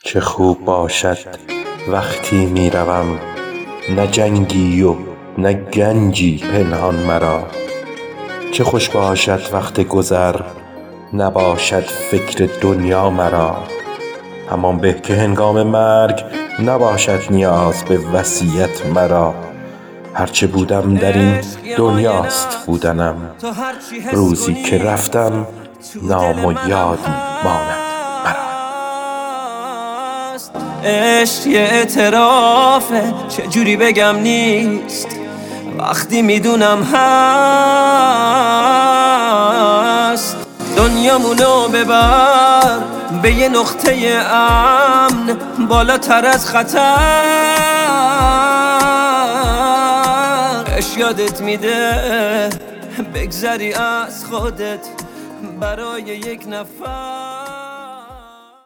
چه خوب باشد وقتی می روم، نه جنگی و نه گنجی پنهان مرا. چه خوش باشد وقت گذر، نباشد فکر دنیا مرا. همان به که هنگام مرگ نباشد نیاز به وصیت مرا. هرچه بودم در این دنیاست بودنم، روزی که رفتم نام و یادی ماند مرا. عشق یه اعترافه، چجوری بگم نیست وقتی میدونم هست. دنیامونو ببر به یه نقطه امن، بالاتر از خطر. عشق یادت میده بگذری از خودت برای یک نفر.